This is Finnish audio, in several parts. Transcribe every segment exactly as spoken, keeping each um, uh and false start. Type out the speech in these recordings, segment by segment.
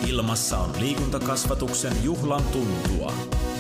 Ilmassa on liikuntakasvatuksen juhlan tuntua.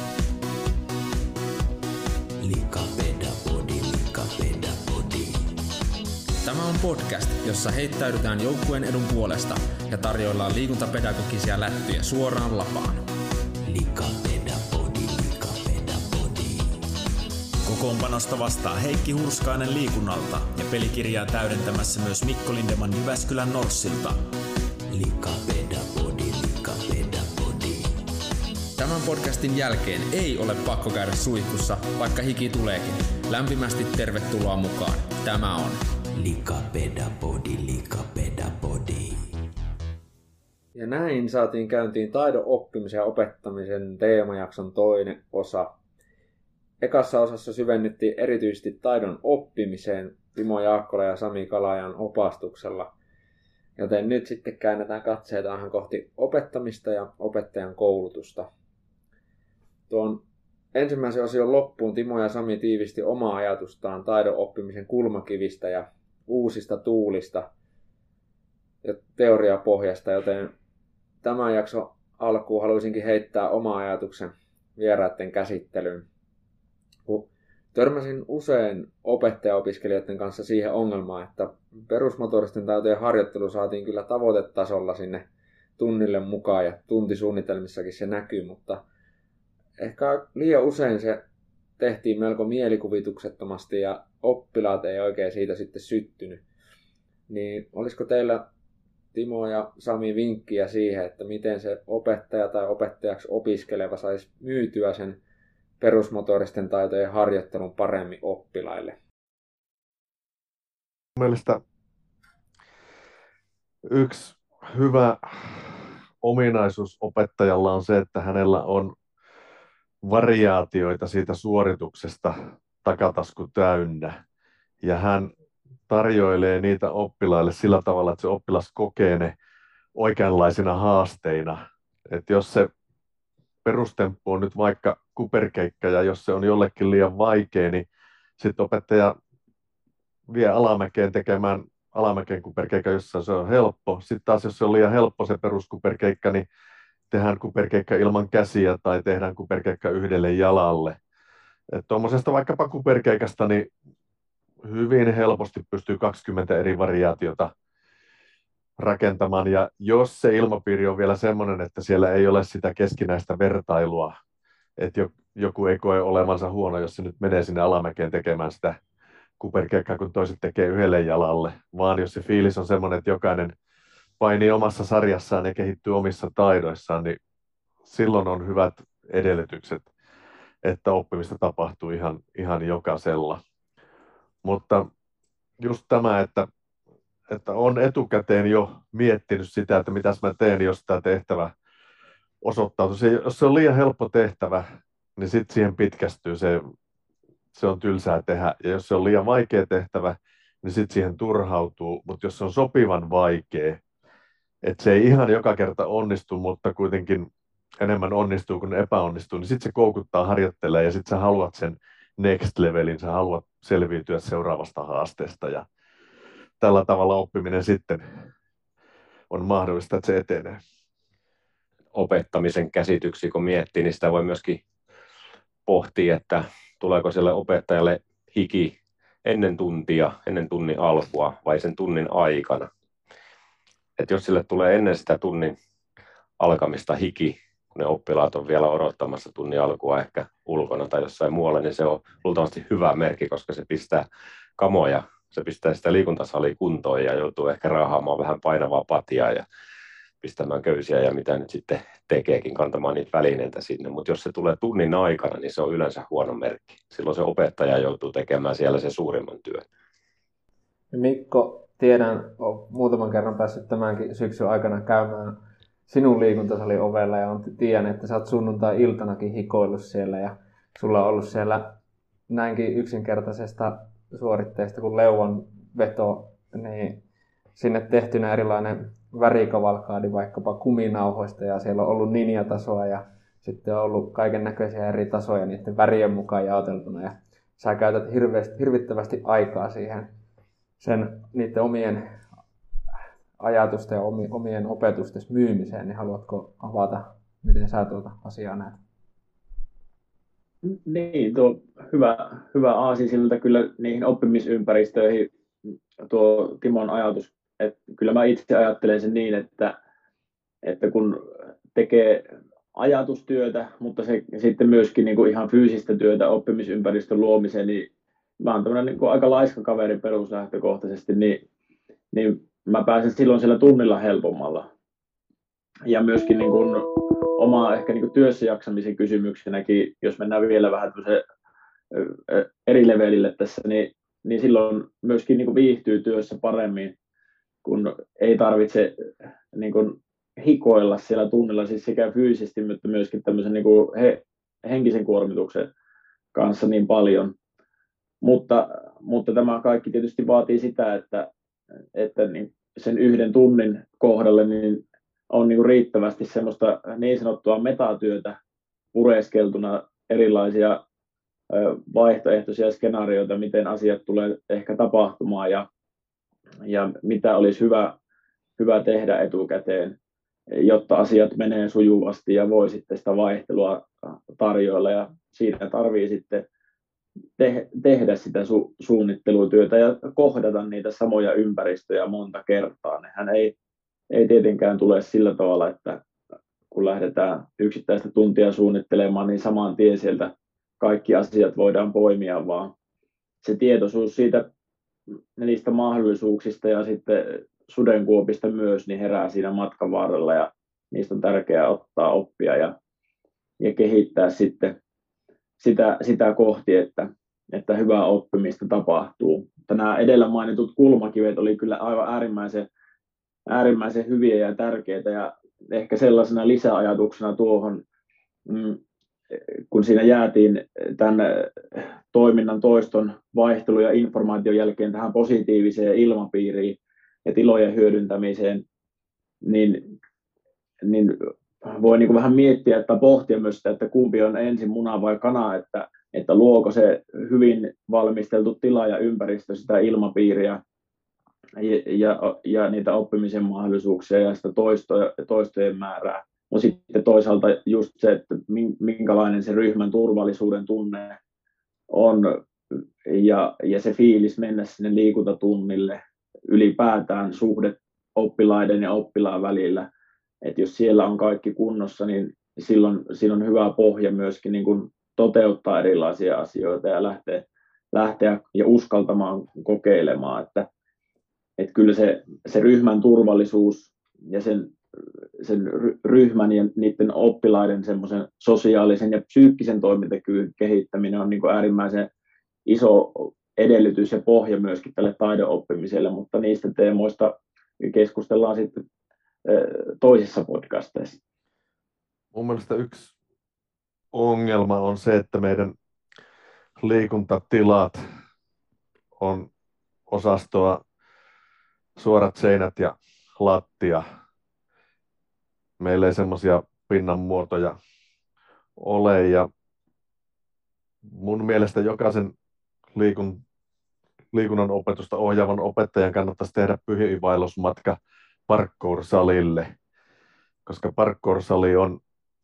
Likapedapodi, likapedapodi. Tämä on podcast, jossa heittäydytään joukkueen edun puolesta ja tarjoillaan liikuntapedagogisia lähtöjä suoraan lapaan. Likapedapodi, likapedapodi. Kokoonpanosta vastaa Heikki Hurskainen liikunnalta ja pelikirjaa täydentämässä myös Mikko Lindeman Jyväskylän Norssilta. Likapedapodi, likapedapodi. Tämän podcastin jälkeen ei ole pakko käydä suihkussa, vaikka hiki tuleekin. Lämpimästi tervetuloa mukaan. Tämä on Likapedapodi, likapedapodi. Ja näin saatiin käyntiin taidon oppimisen ja opettamisen teemajakson toinen osa. Ekassa osassa syvennyttiin erityisesti taidon oppimiseen Timo Jaakkola ja Sami Kalajan opastuksella. Joten nyt sitten käännetään katseita vähän kohti opettamista ja opettajan koulutusta. Tuon ensimmäisen osion loppuun Timo ja Sami tiivisti omaa ajatustaan taidon oppimisen kulmakivistä ja uusista tuulista ja teoriapohjasta, joten tämän jakson alkuun haluaisinkin heittää oma ajatuksen vieraiden käsittelyyn. Kun törmäsin usein opettajaopiskelijoiden kanssa siihen ongelmaan, että perusmotoristen taitojen harjoittelu saatiin kyllä tavoitetasolla sinne tunnille mukaan ja tuntisuunnitelmissakin se näkyy, mutta ehkä liian usein se tehtiin melko mielikuvituksettomasti ja oppilaat ei oikein siitä sitten syttynyt. Niin olisiko teillä, Timo ja Sami, vinkkiä siihen, että miten se opettaja tai opettajaksi opiskeleva saisi myytyä sen perusmotoristen taitojen harjoittelun paremmin oppilaille? Mielestäni yksi hyvä ominaisuus opettajalla on se, että hänellä on variaatioita siitä suorituksesta takatasku täynnä. Ja hän tarjoilee niitä oppilaille sillä tavalla, että se oppilas kokee ne oikeanlaisina haasteina. Että jos se perustemppu on nyt vaikka kuperkeikka ja jos se on jollekin liian vaikea, niin sitten opettaja vie alamäkeen tekemään alamäkeen kuperkeikka, jossa se on helppo. Sitten taas jos se on liian helppo se peruskuperkeikka, niin tehdään kuperkeikka ilman käsiä tai tehdään kuperkeikka yhdelle jalalle. Tuommoisesta vaikkapa kuperkeikasta niin hyvin helposti pystyy kaksikymmentä eri variaatiota rakentamaan. Ja jos se ilmapiiri on vielä semmoinen, että siellä ei ole sitä keskinäistä vertailua, että joku ei koe olevansa huono, jos se nyt menee sinne alamäkeen tekemään sitä kuperkeikkaa, kun toiset tekee yhdelle jalalle, vaan jos se fiilis on semmoinen, että jokainen painii omassa sarjassaan ja kehittyy omissa taidoissaan, niin silloin on hyvät edellytykset, että oppimista tapahtuu ihan, ihan jokaisella. Mutta just tämä, että, että on etukäteen jo miettinyt sitä, että mitäs mä teen, jos tämä tehtävä osoittautuu. Se, jos se on liian helppo tehtävä, niin sitten siihen pitkästyy, se, se on tylsää tehdä. Ja jos se on liian vaikea tehtävä, niin sitten siihen turhautuu. Mutta jos se on sopivan vaikea, että se ei ihan joka kerta onnistu, mutta kuitenkin enemmän onnistuu kuin epäonnistuu, niin sitten se koukuttaa harjoittelemaan ja sitten sä haluat sen next levelin, sä haluat selviytyä seuraavasta haasteesta ja tällä tavalla oppiminen sitten on mahdollista, että se etenee. Opettamisen käsityksiä kun miettii, niin sitä voi myöskin pohtia, että tuleeko sille opettajalle hiki ennen tuntia, ennen tunnin alkua vai sen tunnin aikana. Että jos sille tulee ennen sitä tunnin alkamista hiki, kun ne oppilaat on vielä odottamassa tunnin alkua ehkä ulkona tai jossain muualla, niin se on luultavasti hyvä merkki, koska se pistää kamoja, se pistää sitä liikuntasalia kuntoon ja joutuu ehkä raahaamaan vähän painavaa patjaa ja pistämään köysiä ja mitä nyt sitten tekeekin, kantamaan niitä välineitä sinne. Mutta jos se tulee tunnin aikana, niin se on yleensä huono merkki. Silloin se opettaja joutuu tekemään siellä sen suurimman työn. Mikko, tiedän, olen muutaman kerran päässyt tämänkin syksyn aikana käymään sinun liikuntasalin ovella ja tiedän, että sä oot sunnuntai-iltanakin hikoillut siellä ja sulla on ollut siellä näinkin yksinkertaisesta suoritteesta kuin leuan veto, niin sinne tehtynä erilainen värikavalkaadi vaikkapa kuminauhoista ja siellä on ollut ninjatasoa ja sitten on ollut kaiken näköisiä eri tasoja niiden värien mukaan jaoteltuna ja sä käytät hirveästi, hirvittävästi aikaa siihen sen niiden omien ajatusten ja omien opetusten myymiseen, niin haluatko avata, miten sä tuota asiaa näet? Niin, tuo hyvä, hyvä aasinsilta kyllä niihin oppimisympäristöihin tuo Timon ajatus. Että kyllä mä itse ajattelen sen niin, että, että kun tekee ajatustyötä, mutta se sitten myöskin niin kuin ihan fyysistä työtä oppimisympäristön luomiseen, niin mä oon tämmöinen niin kuin aika laiska kaveri peruslähtökohtaisesti, niin, niin mä pääsen silloin siellä tunnilla helpommalla. Ja myöskin niin kuin oma ehkä niin kuin työssä jaksamisen kysymyksenäkin, jos mennään vielä vähän eri levelille tässä, niin, niin silloin myöskin niin kuin viihtyy työssä paremmin, kun ei tarvitse niin kuin hikoilla siellä tunnilla, siis sekä fyysisesti, mutta myöskin tämmöisen niin kuin he, henkisen kuormituksen kanssa niin paljon. Mutta, mutta tämä kaikki tietysti vaatii sitä, että, että niin sen yhden tunnin kohdalle niin on niin kuin riittävästi semmoista niin sanottua metatyötä pureskeltuna, erilaisia vaihtoehtoisia skenaarioita, miten asiat tulee ehkä tapahtumaan ja, ja mitä olisi hyvä, hyvä tehdä etukäteen, jotta asiat menee sujuvasti ja voi sitten sitä vaihtelua tarjoilla. Ja siinä tarvii sitten te- tehdä sitä su- suunnittelutyötä ja kohdata niitä samoja ympäristöjä monta kertaa. Nehän ei, ei tietenkään tule sillä tavalla, että kun lähdetään yksittäistä tuntia suunnittelemaan, niin saman tien sieltä kaikki asiat voidaan poimia, vaan se tietoisuus siitä, niistä mahdollisuuksista ja sitten sudenkuopista myös, niin herää siinä matkan varrella ja niistä on tärkeää ottaa oppia ja, ja kehittää sitten sitä, sitä kohti, että, että hyvää oppimista tapahtuu. Mutta nämä edellä mainitut kulmakivet oli kyllä aivan äärimmäisen, äärimmäisen hyviä ja tärkeitä ja ehkä sellaisena lisäajatuksena tuohon, kun siinä jäätiin tämän toiminnan toiston vaihtelun ja informaation jälkeen tähän positiiviseen ilmapiiriin ja tilojen hyödyntämiseen, niin, niin voi niin kuin vähän miettiä, että pohtia myös sitä, että kumpi on ensin muna vai kana, että, että luoko se hyvin valmisteltu tila ja ympäristö sitä ilmapiiriä ja, ja, ja niitä oppimisen mahdollisuuksia ja sitä toistoja, toistojen määrää. No sitten toisaalta just se, että minkälainen se ryhmän turvallisuuden tunne on ja, ja se fiilis mennä sinne liikuntatunnille, ylipäätään suhde oppilaiden ja oppilaan välillä. Että jos siellä on kaikki kunnossa, niin silloin siinä on hyvä pohja myöskin niin kuin toteuttaa erilaisia asioita ja lähteä, lähteä ja uskaltamaan kokeilemaan. Että, että kyllä se, se ryhmän turvallisuus ja sen sen ryhmän ja niiden oppilaiden semmoisen sosiaalisen ja psyykkisen toimintakyvyn kehittäminen on niin kuin äärimmäisen iso edellytys ja pohja myöskin tälle taidon oppimiselle, mutta niistä teemoista keskustellaan sitten toisissa podcasteissa. Mun mielestä yksi ongelma on se, että meidän liikuntatilat on osastoa suorat seinät ja lattia. Meillä ei semmoisia pinnanmuotoja ole ja mun mielestä jokaisen liikun, liikunnan opetusta ohjaavan opettajan kannattaisi tehdä pyhiinvaellusmatka parkour-salille, koska parkour-sali on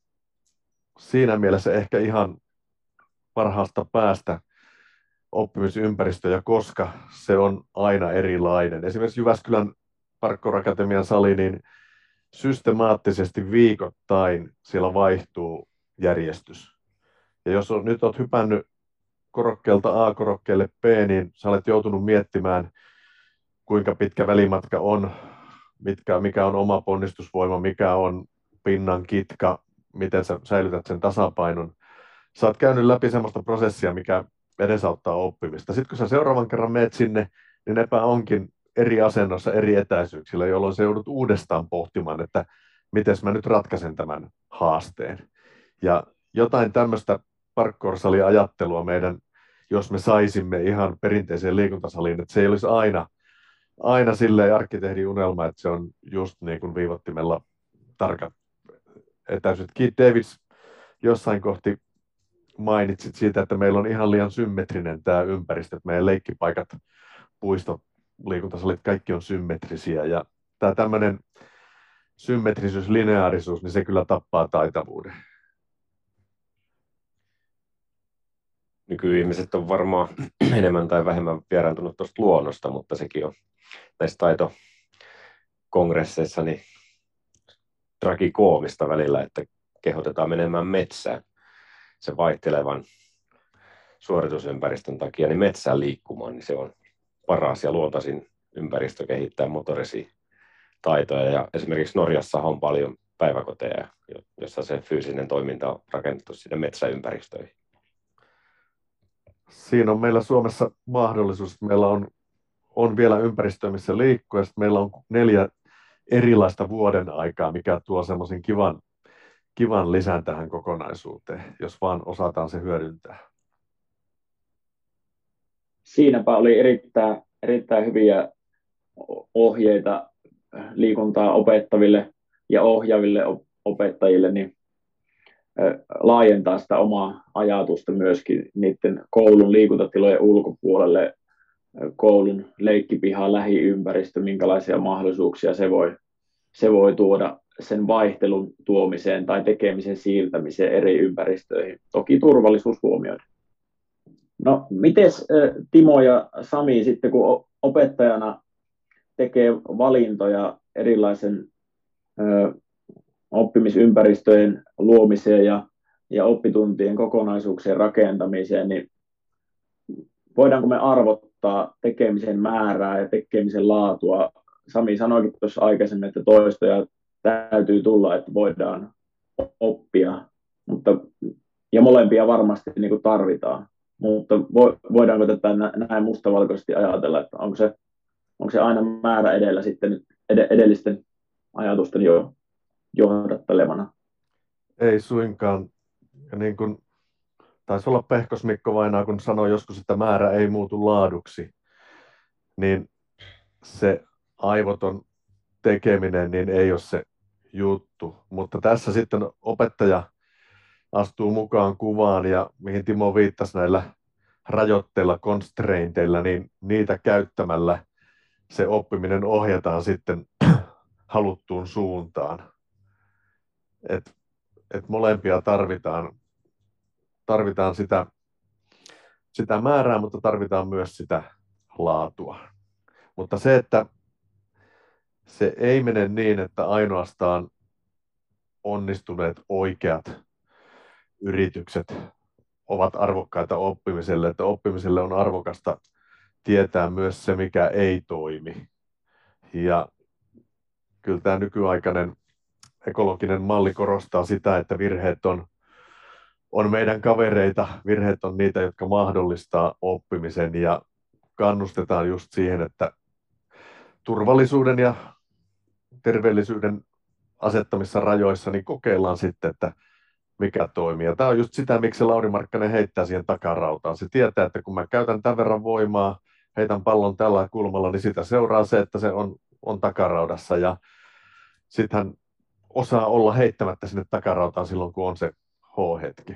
siinä mielessä ehkä ihan parhaasta päästä oppimisympäristöjä, koska se on aina erilainen. Esimerkiksi Jyväskylän Parkour-akatemian sali, niin systemaattisesti viikoittain siellä vaihtuu järjestys. Ja jos on, nyt olet hypännyt korokkeelta A korokkeelle B, niin sä olet joutunut miettimään, kuinka pitkä välimatka on, mitkä, mikä on oma ponnistusvoima, mikä on pinnan kitka, miten sä säilytät sen tasapainon. Sä oot käynyt läpi sellaista prosessia, mikä edesauttaa oppimista. Sitten kun sä seuraavan kerran meet sinne, niin epä onkin eri asennossa, eri etäisyyksillä, jolloin se joudut uudestaan pohtimaan, että miten mä nyt ratkaisen tämän haasteen. Ja jotain tämmöistä parkour-sali-ajattelua meidän, jos me saisimme ihan perinteiseen liikuntasaliin, että se ei olisi aina, aina silleen arkkitehdin unelma, että se on just niin kuin viivottimella tarkat etäisyydet. Keith Davids jossain kohti mainitsit siitä, että meillä on ihan liian symmetrinen tämä ympäristö, että meidän leikkipaikat, puistot, liikuntasalit, kaikki on symmetrisiä ja tämä tämmöinen symmetrisyys, lineaarisuus, niin se kyllä tappaa taitavuuden. Nykyihmiset on varmaan enemmän tai vähemmän vieraantunut tuosta luonnosta, mutta sekin on näissä taitokongresseissa niin tragikoomista välillä, että kehotetaan menemään metsään sen vaihtelevan suoritusympäristön takia, niin metsään liikkumaan, niin se on paras ja luontaisin ympäristö kehittää motorisia taitoja. Ja esimerkiksi Norjassa on paljon päiväkoteja, jossa se fyysinen toiminta on rakennettu sinne metsäympäristöihin. Siinä on meillä Suomessa mahdollisuus, että meillä on, on vielä ympäristöä, missä liikkuu, ja meillä on neljä erilaista vuoden aikaa, mikä tuo semmoisen kivan, kivan lisän tähän kokonaisuuteen, jos vaan osataan se hyödyntää. Siinäpä oli erittäin, erittäin hyviä ohjeita liikuntaa opettaville ja ohjaaville opettajille, niin laajentaa sitä omaa ajatusta myöskin niiden koulun liikuntatilojen ulkopuolelle, koulun leikkipiha, lähiympäristö, minkälaisia mahdollisuuksia se voi, se voi tuoda sen vaihtelun tuomiseen tai tekemisen siirtämiseen eri ympäristöihin. Toki turvallisuus huomioiden. No, mites Timo ja Sami sitten, kun opettajana tekee valintoja erilaisen ö, oppimisympäristöjen luomiseen ja, ja oppituntien kokonaisuuksien rakentamiseen, niin voidaanko me arvottaa tekemisen määrää ja tekemisen laatua? Sami sanoikin tuossa aikaisemmin, että toistoja täytyy tulla, että voidaan oppia, mutta, ja molempia varmasti niin kuin tarvitaan. Mutta voidaanko tätä näin mustavalkoisesti ajatella, että onko se, onko se aina määrä edellä sitten edellisten ajatusten jo johdattelevana? Ei suinkaan. Ja niin kuin taisi olla Pehkos Mikko Vainaa, kun sanoi joskus, että määrä ei muutu laaduksi, niin se aivoton tekeminen niin ei ole se juttu. Mutta tässä sitten opettaja astuu mukaan kuvaan, ja mihin Timo viittasi näillä rajoitteilla, constrainteilla, niin niitä käyttämällä se oppiminen ohjataan sitten haluttuun suuntaan. Et, et molempia tarvitaan, tarvitaan sitä, sitä määrää, mutta tarvitaan myös sitä laatua. Mutta se, että se ei mene niin, että ainoastaan onnistuneet oikeat yritykset ovat arvokkaita oppimiselle, että oppimiselle on arvokasta tietää myös se, mikä ei toimi. Ja kyllä tämä nykyaikainen ekologinen malli korostaa sitä, että virheet on, on meidän kavereita, virheet on niitä, jotka mahdollistaa oppimisen, ja kannustetaan just siihen, että turvallisuuden ja terveellisyyden asettamissa rajoissa niin kokeillaan sitten, että mikä toimii. Ja tämä on just sitä, miksi Lauri Markkanen heittää siihen takarautaan. Se tietää, että kun mä käytän tämän verran voimaa, heitän pallon tällä kulmalla, niin sitä seuraa se, että se on, on takaraudassa. Ja sitten hän osaa olla heittämättä sinne takarautaan silloin, kun on se H-hetki.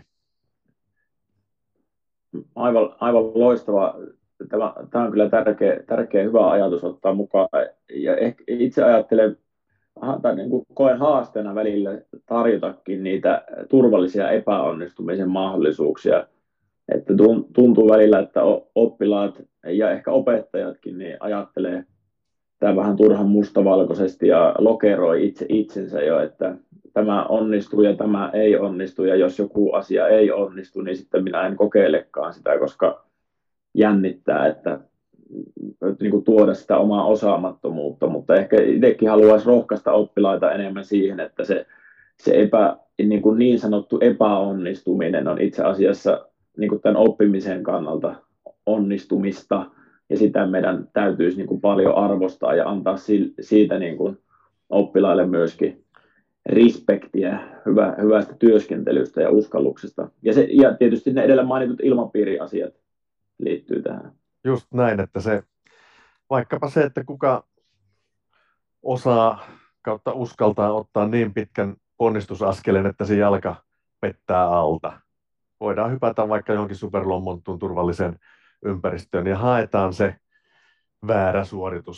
Aivan, aivan loistava. Tämä, tämä on kyllä tärkeä, tärkeä, hyvä ajatus ottaa mukaan. Ja ehkä itse ajattelen, tai niin kuin koen haasteena välillä tarjotakin niitä turvallisia epäonnistumisen mahdollisuuksia. Että tuntuu välillä, että oppilaat ja ehkä opettajatkin niin ajattelee tämä vähän turhan mustavalkoisesti ja lokeroi itse itsensä jo, että tämä onnistuu ja tämä ei onnistu, ja jos joku asia ei onnistu, niin sitten minä en kokeilekaan sitä, koska jännittää, että niin kuin tuoda sitä omaa osaamattomuutta, mutta ehkä itsekin haluaisi rohkaista oppilaita enemmän siihen, että se, se epä, niin, kuin niin sanottu epäonnistuminen on itse asiassa niin kuin tämän oppimisen kannalta onnistumista, ja sitä meidän täytyisi niin kuin paljon arvostaa ja antaa siitä niin kuin oppilaille myöskin respektiä hyvä, hyvästä työskentelystä ja uskalluksesta. Ja, se, ja tietysti ne edellä mainitut ilmapiiriasiat liittyy tähän. Just näin, että se, vaikkapa se, että kuka osaa kautta uskaltaa ottaa niin pitkän ponnistusaskeleen, että se jalka pettää alta. Voidaan hypätä vaikka johonkin superlommonttuun turvalliseen ympäristöön ja haetaan se väärä suoritus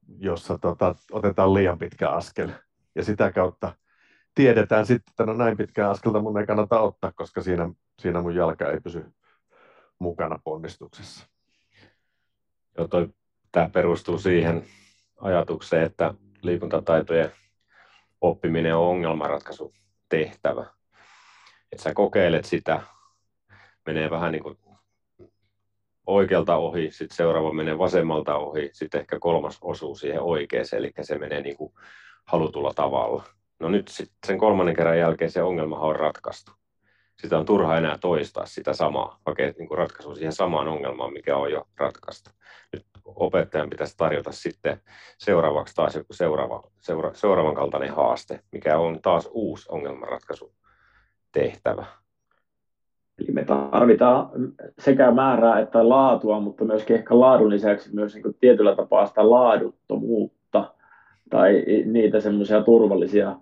jossa tota, otetaan liian pitkä askel. Ja sitä kautta tiedetään sitten, että no näin pitkää askelta mun ei kannata ottaa, koska siinä, siinä mun jalka ei pysy mukana ponnistuksessa. Joo, toi, tämä perustuu siihen ajatukseen, että liikuntataitojen oppiminen on ongelmanratkaisutehtävä. Että sä kokeilet sitä, menee vähän niin kuin oikealta ohi, sitten seuraava menee vasemmalta ohi, sitten ehkä kolmas osuu siihen oikeeseen, eli se menee niin kuin halutulla tavalla. No nyt sitten sen kolmannen kerran jälkeen se ongelmahan on ratkaistu. Sitä on turha enää toistaa sitä samaa, hakea niin kuin ratkaisu siihen samaan ongelmaan, mikä on jo ratkaistu. Nyt opettajan pitäisi tarjota sitten seuraavaksi taas joku seuraava, seura, seuraavan kaltainen haaste, mikä on taas uusi ongelmanratkaisutehtävä. Eli me tarvitaan sekä määrää että laatua, mutta myöskin ehkä laadun lisäksi myös niin kuin tietyllä tapaa sitä laaduttomuutta tai niitä semmoisia turvallisia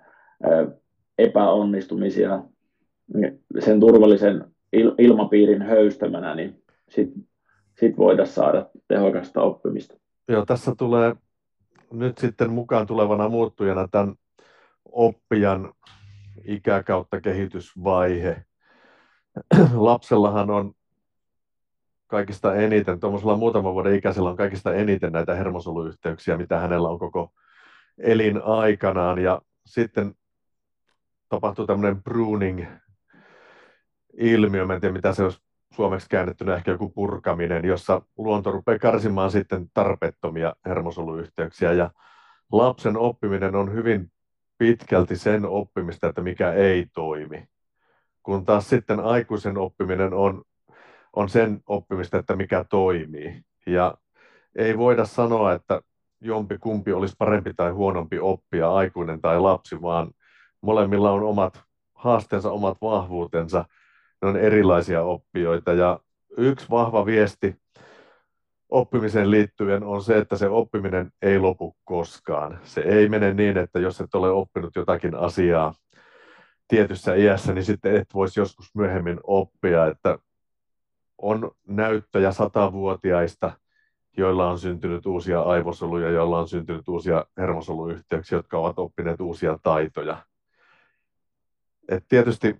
epäonnistumisia sen turvallisen ilmapiirin höystämänä, niin sitten sit voitaisiin saada tehokasta oppimista. Joo, tässä tulee nyt sitten mukaan tulevana muuttujana tämän oppijan ikä kautta kehitysvaihe. Lapsellahan on kaikista eniten, tuommoisella muutaman vuoden ikäisellä on kaikista eniten näitä hermosoluyhteyksiä, mitä hänellä on koko elinaikanaan. Ja sitten tapahtuu tämmöinen pruning-ilmiö, en tiedä mitä se olisi suomeksi käännettynä, ehkä joku purkaminen, jossa luonto rupeaa karsimaan sitten tarpeettomia hermosoluyhteyksiä. Ja lapsen oppiminen on hyvin pitkälti sen oppimista, että mikä ei toimi. Kun taas sitten aikuisen oppiminen on, on sen oppimista, että mikä toimii. Ja ei voida sanoa, että jompi kumpi olisi parempi tai huonompi oppija, aikuinen tai lapsi, vaan molemmilla on omat haasteensa, omat vahvuutensa. Ne on erilaisia oppijoita. Ja yksi vahva viesti oppimiseen liittyen on se, että se oppiminen ei lopu koskaan. Se ei mene niin, että jos et ole oppinut jotakin asiaa tietyssä iässä, niin sitten et voisi joskus myöhemmin oppia, että on näyttöjä satavuotiaista, joilla on syntynyt uusia aivosoluja, joilla on syntynyt uusia hermosoluyhteyksiä, jotka ovat oppineet uusia taitoja. Et tietysti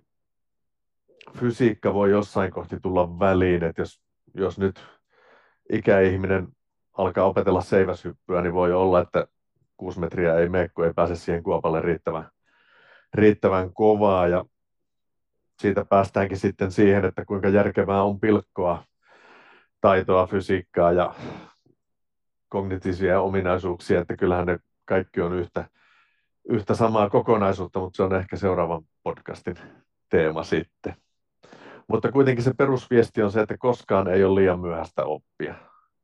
fysiikka voi jossain kohti tulla väliin, että jos, jos nyt ikäihminen alkaa opetella seiväshyppyä, niin voi olla, että kuusi metriä ei mene, kun ei pääse siihen kuopalle riittävän, riittävän kovaa. Ja siitä päästäänkin sitten siihen, että kuinka järkevää on pilkkoa taitoa, fysiikkaa ja kognitiivisia ominaisuuksia, että kyllähän ne kaikki on yhtä, yhtä samaa kokonaisuutta, mutta se on ehkä seuraavan podcastin teema sitten. Mutta kuitenkin se perusviesti on se, että koskaan ei ole liian myöhäistä oppia.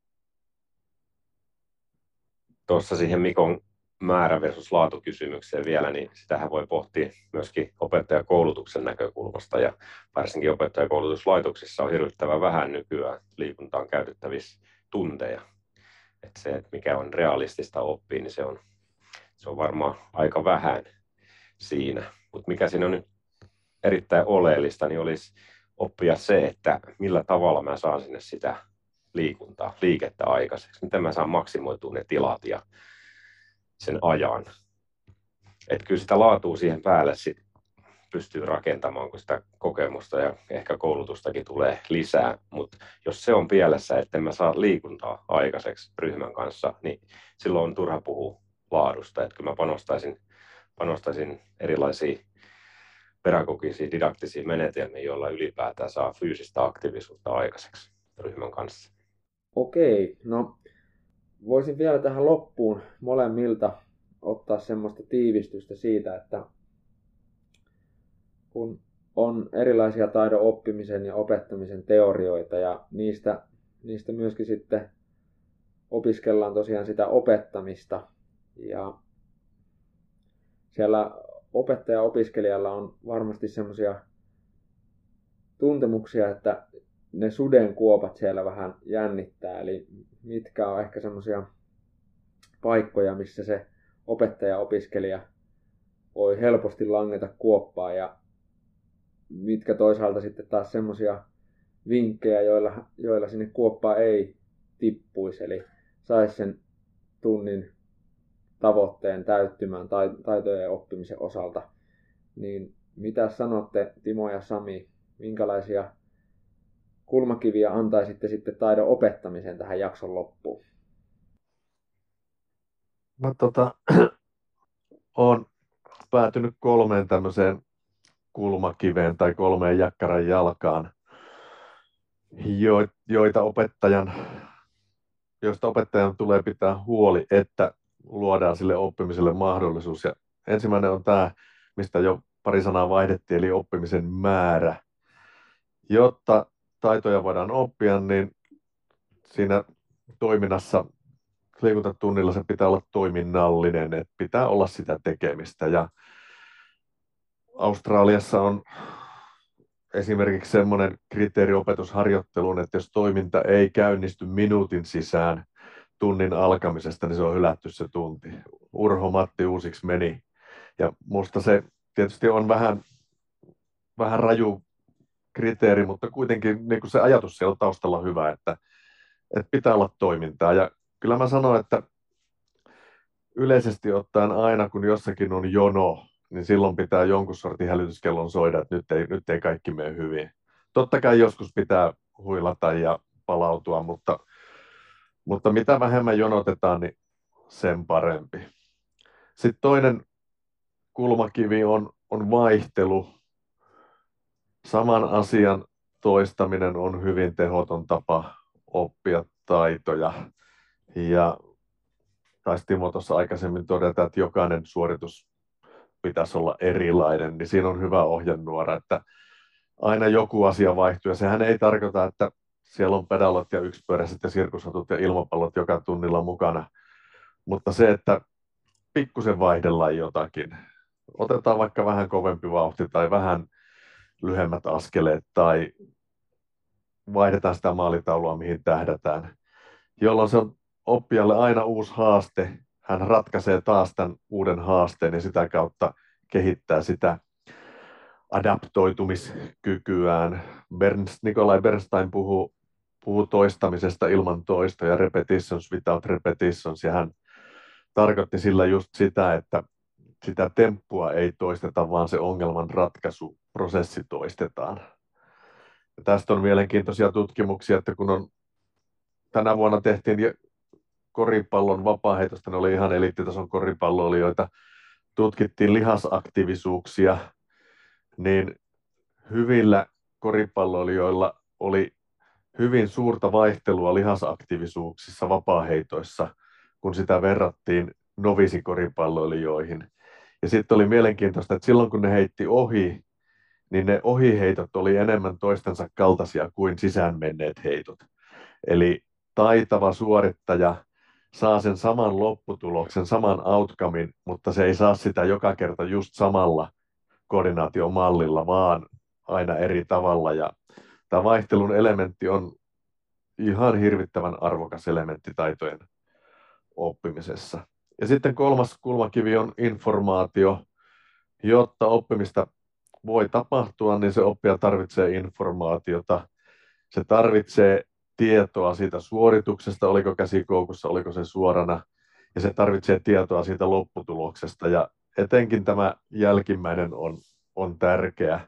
Tuossa siihen Mikon määrä versus laatukysymykseen vielä, niin sitähän voi pohtia myöskin opettajakoulutuksen näkökulmasta, ja varsinkin opettajakoulutuslaitoksissa on hirvittävän vähän nykyään liikuntaan käytettävissä tunteja. Että se, että mikä on realistista oppia, niin se on, se on varmaan aika vähän siinä. Mutta mikä siinä on nyt erittäin oleellista, niin olisi oppia se, että millä tavalla mä saan sinne sitä liikuntaa, liikettä aikaiseksi. Miten mä saan maksimoitua ne tilat ja sen ajan. Että kyllä sitä laatua siihen päälle sit pystyy rakentamaan, kun sitä kokemusta ja ehkä koulutustakin tulee lisää. Mutta jos se on pielessä, että mä saa liikuntaa aikaiseksi ryhmän kanssa, niin silloin on turha puhua laadusta. Että kyllä mä panostaisin, panostaisin erilaisiin pedagogisiin, didaktisiin menetelmiin, joilla ylipäätään saa fyysistä aktiivisuutta aikaiseksi ryhmän kanssa. Okei, no voisin vielä tähän loppuun molemmilta ottaa semmoista tiivistystä siitä, että kun on erilaisia taidon oppimisen ja opettamisen teorioita ja niistä, niistä myöskin sitten opiskellaan tosiaan sitä opettamista ja siellä opettaja-opiskelijalla on varmasti semmoisia tuntemuksia, että ne sudenkuopat siellä vähän jännittää, eli mitkä on ehkä semmoisia paikkoja, missä se opettaja-opiskelija voi helposti langeta kuoppaan ja mitkä toisaalta sitten taas semmoisia vinkkejä, joilla, joilla sinne kuoppaan ei tippuisi, eli saisi sen tunnin tavoitteen täyttymään taitojen oppimisen osalta. Niin mitä sanotte, Timo ja Sami, minkälaisia kulmakiviä antaisitte sitten taidon opettamiseen tähän jakson loppuun? Mä tota, olen päätynyt kolmeen tämmöiseen kulmakiveen tai kolmeen jakkaran jalkaan, joita opettajan, joista opettajan tulee pitää huoli, että luodaan sille oppimiselle mahdollisuus. Ja ensimmäinen on tämä, mistä jo pari sanaa vaihdettiin, eli oppimisen määrä. Jotta taitoja voidaan oppia, niin siinä toiminnassa liikuntatunnilla se pitää olla toiminnallinen, että pitää olla sitä tekemistä. Ja Australiassa on esimerkiksi semmoinen kriteeri opetusharjoitteluun, että jos toiminta ei käynnisty minuutin sisään tunnin alkamisesta, niin se on hylätty se tunti. Urho Matti uusiksi meni. Ja musta se tietysti on vähän, vähän raju kriteeri, mutta kuitenkin niin kuin se ajatus siellä taustalla on hyvä, että, että pitää olla toimintaa. Ja kyllä mä sanon, että yleisesti ottaen aina kun jossakin on jono, niin silloin pitää jonkun sortin hälytyskellon soida, että nyt ei, nyt ei kaikki mene hyvin. Totta kai joskus pitää huilata ja palautua, mutta, mutta mitä vähemmän jonotetaan, niin sen parempi. Sitten toinen kulmakivi on, on vaihtelu. Saman asian toistaminen on hyvin tehoton tapa oppia taitoja. Ja taisi Timo tuossa aikaisemmin todeta, että jokainen suoritus pitäisi olla erilainen, niin siinä on hyvä ohjenuora, että aina joku asia vaihtuu. Ja sehän ei tarkoita, että siellä on pedalot ja yksipyöräiset ja sirkushatut ja ilmapallot joka tunnilla mukana. Mutta se, että pikkusen vaihdellaan jotakin. Otetaan vaikka vähän kovempi vauhti tai vähän lyhyemmät askeleet tai vaihdetaan sitä maalitaulua, mihin tähdätään, jolloin se on oppijalle aina uusi haaste. Hän ratkaisee taas tämän uuden haasteen ja sitä kautta kehittää sitä adaptoitumiskykyään. Bernst, Nikolai Bernstein puhuu, puhuu toistamisesta ilman toistoja, repetitions without repetitions, ja hän tarkoitti sillä just sitä, että sitä temppua ei toisteta, vaan se ongelman ratkaisuprosessi toistetaan. Ja tästä on mielenkiintoisia tutkimuksia, että kun on tänä vuonna tehtiin koripallon vapaaheitosta, ne oli ihan eliittitason koripalloilijoita, tutkittiin lihasaktiivisuuksia, niin hyvillä koripalloilijoilla oli hyvin suurta vaihtelua lihasaktiivisuuksissa vapaaheitoissa, kun sitä verrattiin novisikoripalloilijoihin. Ja sitten oli mielenkiintoista, että silloin kun ne heitti ohi, niin ne ohiheitot oli enemmän toistensa kaltaisia kuin sisään menneet heitot. Eli taitava suorittaja saa sen saman lopputuloksen, saman outcomein, mutta se ei saa sitä joka kerta just samalla koordinaatiomallilla, vaan aina eri tavalla. Ja tämä vaihtelun elementti on ihan hirvittävän arvokas elementti taitojen oppimisessa. Ja sitten kolmas kulmakivi on informaatio. Jotta oppimista voi tapahtua, niin se oppija tarvitsee informaatiota. Se tarvitsee tietoa siitä suorituksesta, oliko käsi koukussa, oliko se suorana, ja se tarvitsee tietoa siitä lopputuloksesta. Ja etenkin tämä jälkimmäinen on, on tärkeä.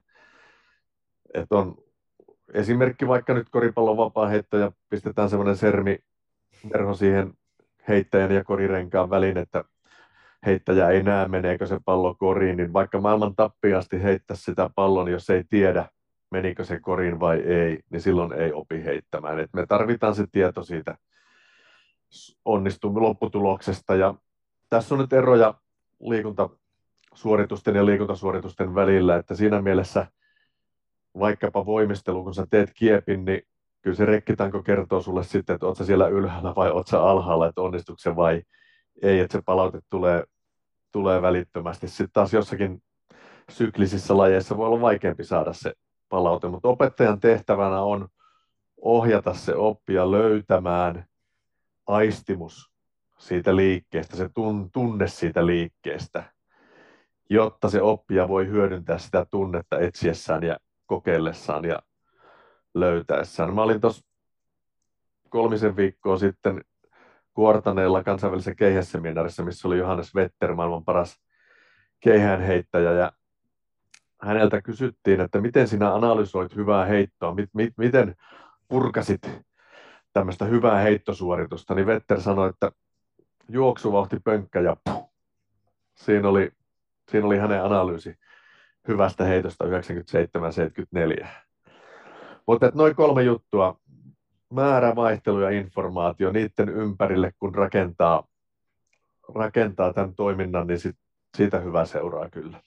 Et on esimerkki vaikka nyt koripallon vapaaheitto ja pistetään semmoinen sermiverho siihen heittäjän ja korirenkaan väliin, että heittäjä ei näe, meneekö se pallo koriin, niin vaikka maailman tappiasti heittäisi sitä pallon, jos ei tiedä, menikö se koriin vai ei, niin silloin ei opi heittämään. Et me tarvitaan se tieto siitä onnistumisen lopputuloksesta. Ja tässä on nyt eroja liikuntasuoritusten ja liikuntasuoritusten välillä, että siinä mielessä vaikkapa voimistelu, kun sä teet kiepin, niin kyllä se rekkitanko kertoo sulle sitten, että oot sä siellä ylhäällä vai oot sä alhaalla, että onnistuuko se vai ei, että se palaute tulee, tulee välittömästi. Sitten taas jossakin syklisissä lajeissa voi olla vaikeampi saada se palaute, mutta opettajan tehtävänä on ohjata se oppija löytämään aistimus siitä liikkeestä, se tunne siitä liikkeestä, jotta se oppija voi hyödyntää sitä tunnetta etsiessään ja kokeillessaan ja löytäessään. Mä olin tuossa kolmisen viikkoa sitten Kuortaneella kansainvälisessä keihässeminaarissa, missä oli Johannes Vetter, maailman paras keihäänheittäjä. Ja häneltä kysyttiin, että miten sinä analysoit hyvää heittoa, mit, mit, miten purkasit tämmöistä hyvää heittosuoritusta, niin Vetter sanoi, että juoksuvauhti, pönkkä ja puh. Siinä oli, siinä oli hänen analyysi hyvästä heitosta yhdeksänkymmentäseitsemän seitsemänkymmentäneljä. Mutta noin kolme juttua, määrä, vaihtelu ja informaatio, niiden ympärille kun rakentaa, rakentaa tämän toiminnan, niin sit, siitä hyvä seuraa kyllä.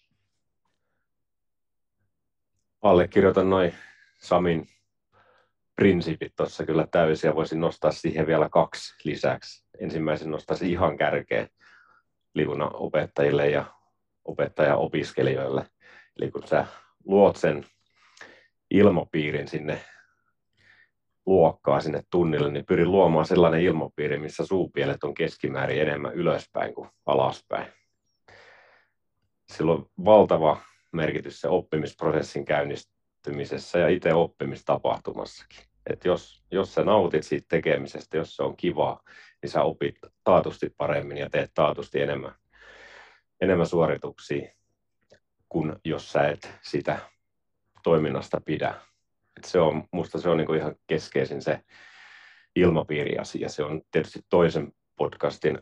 Allekirjoitan noin Samin prinsiipit tuossa kyllä täysin ja voisin nostaa siihen vielä kaksi lisäksi. Ensimmäisen nostaisin ihan kärkeen liikunnan opettajille ja opettaja-opiskelijoille. Eli kun sä luot sen ilmapiirin sinne luokkaa, sinne tunnille, niin pyri luomaan sellainen ilmapiiri, missä suupielet on keskimäärin enemmän ylöspäin kuin alaspäin. Sillä on valtava merkitys se oppimisprosessin käynnistymisessä ja itse oppimistapahtumassakin. Et jos, jos sä nautit siitä tekemisestä, jos se on kivaa, niin sä opit taatusti paremmin ja teet taatusti enemmän, enemmän suorituksia kuin jos sä et sitä toiminnasta pidä. Et se on, musta se on niinku ihan keskeisin se ilmapiiriasia. Se on tietysti toisen podcastin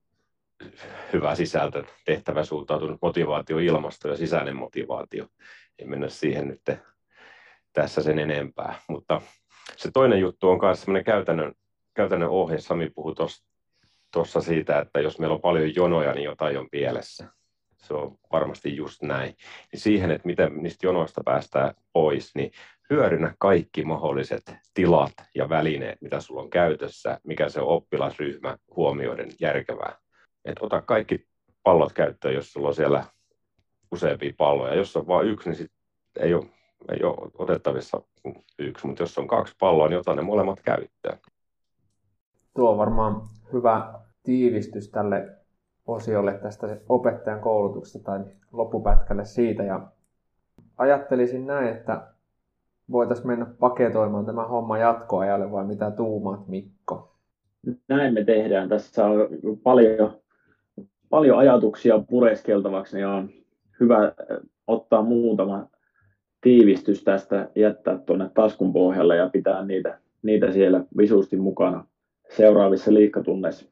hyvä sisältö, tehtävä suuntautunut motivaatio, ilmasto ja sisäinen motivaatio. Ei mennä siihen nyt tässä sen enempää. Mutta se toinen juttu on myös sellainen käytännön, käytännön ohje. Sami puhui tuossa siitä, että jos meillä on paljon jonoja, niin jotain on pielessä. Se on varmasti just näin. Niin siihen, että miten niistä jonoista päästään pois, niin hyödynnä kaikki mahdolliset tilat ja välineet, mitä sulla on käytössä, mikä se on oppilasryhmä huomioiden järkevää. Et ota kaikki pallot käyttöön, jos sulla on siellä useampia palloja. Jos on vain yksi, niin sit ei ole, ei ole otettavissa yksi, mutta jos on kaksi palloa, niin ota ne molemmat käyttöön. Tuo on varmaan hyvä tiivistys tälle osiolle tästä opettajan koulutuksesta tai loppupätkälle siitä. Ja ajattelisin näin, että voitaisiin mennä paketoimaan tämä homma jatkoajalle, vai mitä tuumaat, Mikko? Näin me tehdään. Tässä on paljon, paljon ajatuksia pureskeltavaksi, niin on hyvä ottaa muutama tiivistys tästä, jättää tuonne taskun pohjalle ja pitää niitä, niitä siellä visusti mukana seuraavissa liikkatunneissa.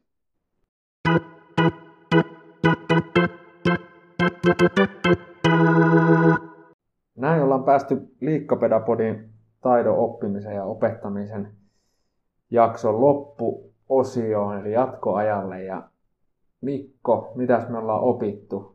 Näin ollaan päästy Liikkapedapodin taidon oppimisen ja opettamisen jakson loppuosioon, eli jatkoajalle. Ja Mikko, mitäs me ollaan opittu?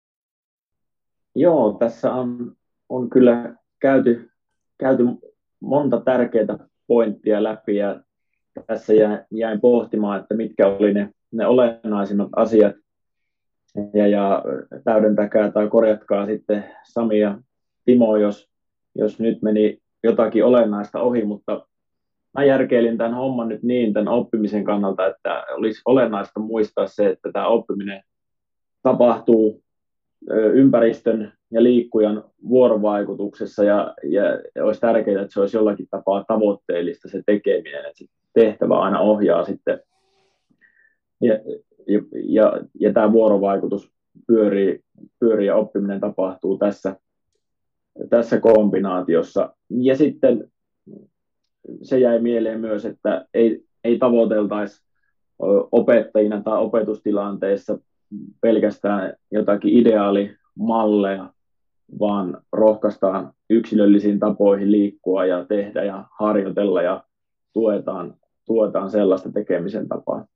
Joo, tässä on, on kyllä käyty, käyty monta tärkeää pointtia läpi ja tässä jäin pohtimaan, että mitkä oli ne, ne olennaisimmat asiat. Ja, ja täydentäkää tai korjatkaa sitten Sami ja Timo, jos, jos nyt meni jotakin olennaista ohi, mutta mä järkeilin tämän homman nyt niin tämän oppimisen kannalta, että olisi olennaista muistaa se, että tämä oppiminen tapahtuu ympäristön ja liikkujan vuorovaikutuksessa ja, ja olisi tärkeää, että se olisi jollakin tapaa tavoitteellista se tekeminen, että se tehtävä aina ohjaa sitten ja, ja, ja, ja tämä vuorovaikutus pyörii, pyörii ja oppiminen tapahtuu tässä, tässä kombinaatiossa. Ja sitten se jäi mieleen myös, että ei, ei tavoiteltaisi opettajina tai opetustilanteissa pelkästään jotakin ideaalimalleja, vaan rohkaistaan yksilöllisiin tapoihin liikkua ja tehdä ja harjoitella ja tuetaan, tuetaan sellaista tekemisen tapaa.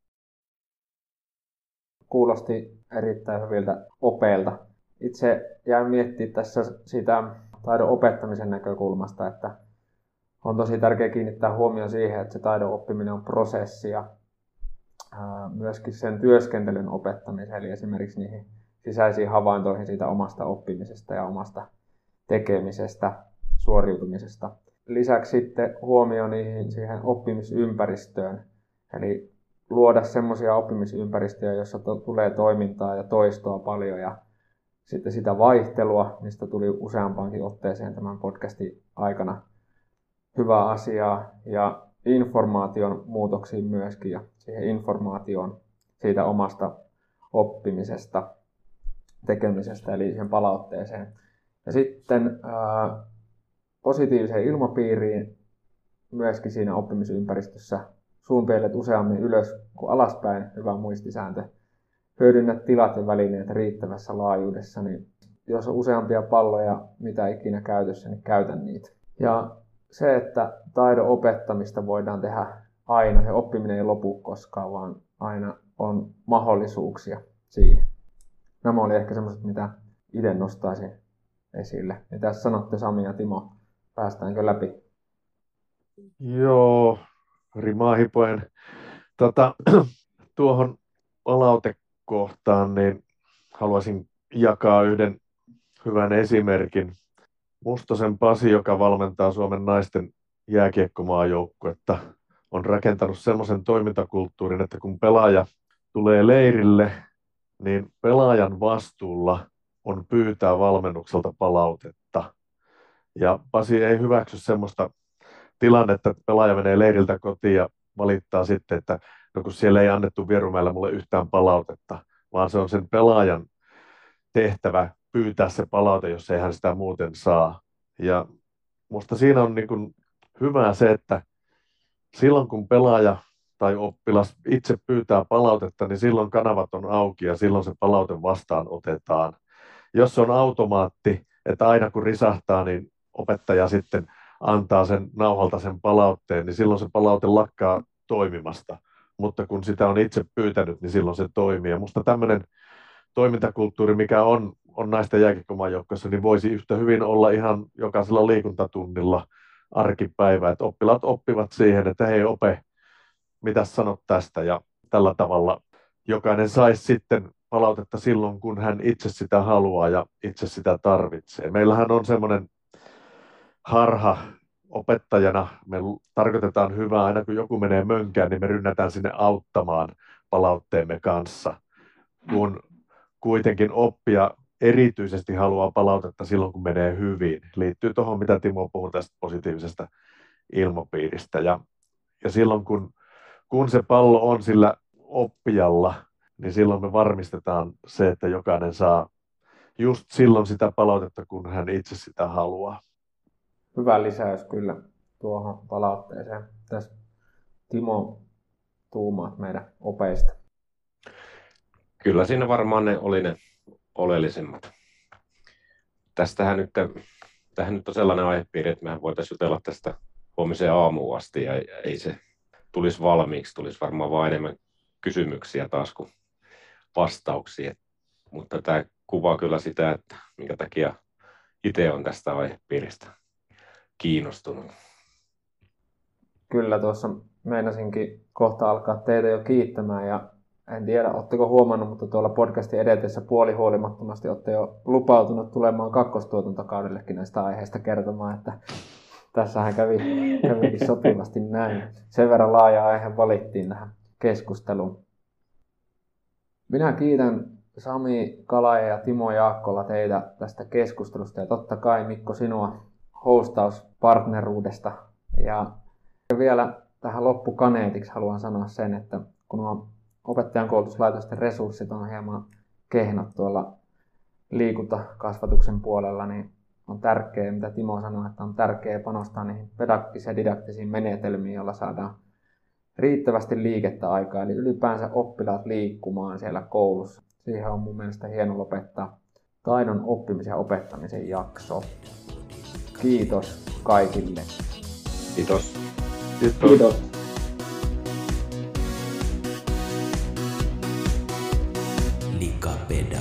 Kuulosti erittäin hyviltä opeilta. Itse jäin miettimään tässä sitä taidon opettamisen näkökulmasta, että on tosi tärkeää kiinnittää huomioon siihen, että se taidon oppiminen on prosessi ja myöskin sen työskentelyn opettamisen, eli esimerkiksi niihin sisäisiin havaintoihin siitä omasta oppimisesta ja omasta tekemisestä, suoriutumisesta. Lisäksi sitten huomio niihin siihen oppimisympäristöön, eli luoda semmoisia oppimisympäristöjä, joissa to- tulee toimintaa ja toistoa paljon ja sitten sitä vaihtelua, mistä tuli useampaankin otteeseen tämän podcastin aikana hyvää asiaa ja informaation muutoksiin myöskin ja siihen informaatioon siitä omasta oppimisesta, tekemisestä, eli siihen palautteeseen. Ja sitten ää, positiiviseen ilmapiiriin myöskin siinä oppimisympäristössä suunpeilet useammin ylös kuin alaspäin, hyvä muistisääntö. Hyödynnät tilat ja välineet riittävässä laajuudessa, niin jos on useampia palloja, mitä ikinä käytössä, niin käytä niitä. Ja se, että taidon opettamista voidaan tehdä aina, se oppiminen ei lopu koskaan, vaan aina on mahdollisuuksia siihen. Nämä oli ehkä semmoiset, mitä itse nostaisin esille. Mitä sanotte, Sami ja Timo, päästäänkö läpi? Joo, rimaa hipoen. Tota, tuohon palautekohtaan niin haluaisin jakaa yhden hyvän esimerkin. Mustosen Pasi, joka valmentaa Suomen naisten jääkiekkomaajoukkuetta, on rakentanut semmoisen toimintakulttuurin, että kun pelaaja tulee leirille, niin pelaajan vastuulla on pyytää valmennukselta palautetta. Ja Pasi ei hyväksy semmoista tilannetta, että pelaaja menee leiriltä kotiin ja valittaa sitten, että no kun siellä ei annettu Vierumäellä mulle yhtään palautetta, vaan se on sen pelaajan tehtävä pyytää se palaute, jos ei hän sitä muuten saa. Ja musta siinä on niin kuin hyvä se, että silloin kun pelaaja tai oppilas itse pyytää palautetta, niin silloin kanavat on auki ja silloin se palaute vastaan otetaan. Jos se on automaatti, että aina kun risahtaa, niin opettaja sitten antaa sen nauhalta sen palautteen, niin silloin se palaute lakkaa toimimasta. Mutta kun sitä on itse pyytänyt, niin silloin se toimii. Ja musta tämmöinen toimintakulttuuri, mikä on, on naisten jääkiekkomaajoukkueessa, niin voisi yhtä hyvin olla ihan jokaisella liikuntatunnilla arkipäivä, että oppilaat oppivat siihen, että hei ope, mitä sanot tästä, ja tällä tavalla jokainen saisi sitten palautetta silloin, kun hän itse sitä haluaa ja itse sitä tarvitsee. Meillähän on semmoinen harha opettajana, me tarkoitetaan hyvää, aina kun joku menee mönkään, niin me rynnätään sinne auttamaan palautteemme kanssa, kun kuitenkin oppija erityisesti haluaa palautetta silloin, kun menee hyvin. Liittyy tuohon, mitä Timo puhui tästä positiivisesta ilmapiiristä. Ja, ja silloin, kun, kun se pallo on sillä oppijalla, niin silloin me varmistetaan se, että jokainen saa just silloin sitä palautetta, kun hän itse sitä haluaa. Hyvä lisäys kyllä tuohon palautteeseen. Tässä Timo tuumaat meidän opeista. Kyllä siinä varmaan ne oli ne oleellisimmat. Tästähän nyt, tähän nyt on sellainen aihepiiri, että mehän voitaisiin jutella tästä huomiseen aamuun asti ja ei se tulisi valmiiksi, tulisi varmaan vaan enemmän kysymyksiä taas kuin vastauksia. Mutta tämä kuvaa kyllä sitä, että minkä takia itse on tästä aihepiiristä kiinnostunut. Kyllä tuossa meinasinkin kohta alkaa teitä jo kiittämään ja en tiedä, oletteko huomannut, mutta tuolla podcastin edetessä puolihuolimattomasti olette jo lupautunut tulemaan kakkostuotantokaudellekin näistä aiheista kertomaan, että tässähän kävi, kävikin sopivasti näin. Sen verran laaja aihe valittiin tähän keskusteluun. Minä kiitän Sami Kalaja ja Timo Jaakkola teitä tästä keskustelusta ja totta kai Mikko sinua hostauspartneruudesta. Ja vielä tähän loppukaneetiksi haluan sanoa sen, että kun nuo opettajan koulutuslaitosten resurssit on hieman kehnat tuolla liikuntakasvatuksen puolella, niin on tärkeää, mitä Timo sanoi, että on tärkeää panostaa niihin pedagogisiin ja didaktisiin menetelmiin, joilla saadaan riittävästi liikettä aikaa, eli ylipäänsä oppilaat liikkumaan siellä koulussa. Siihen on mun mielestä hieno lopettaa taidon oppimisen ja opettamisen jakso. Kiitos kaikille. Kiitos. Kiitos. Kiitos. Likapeda.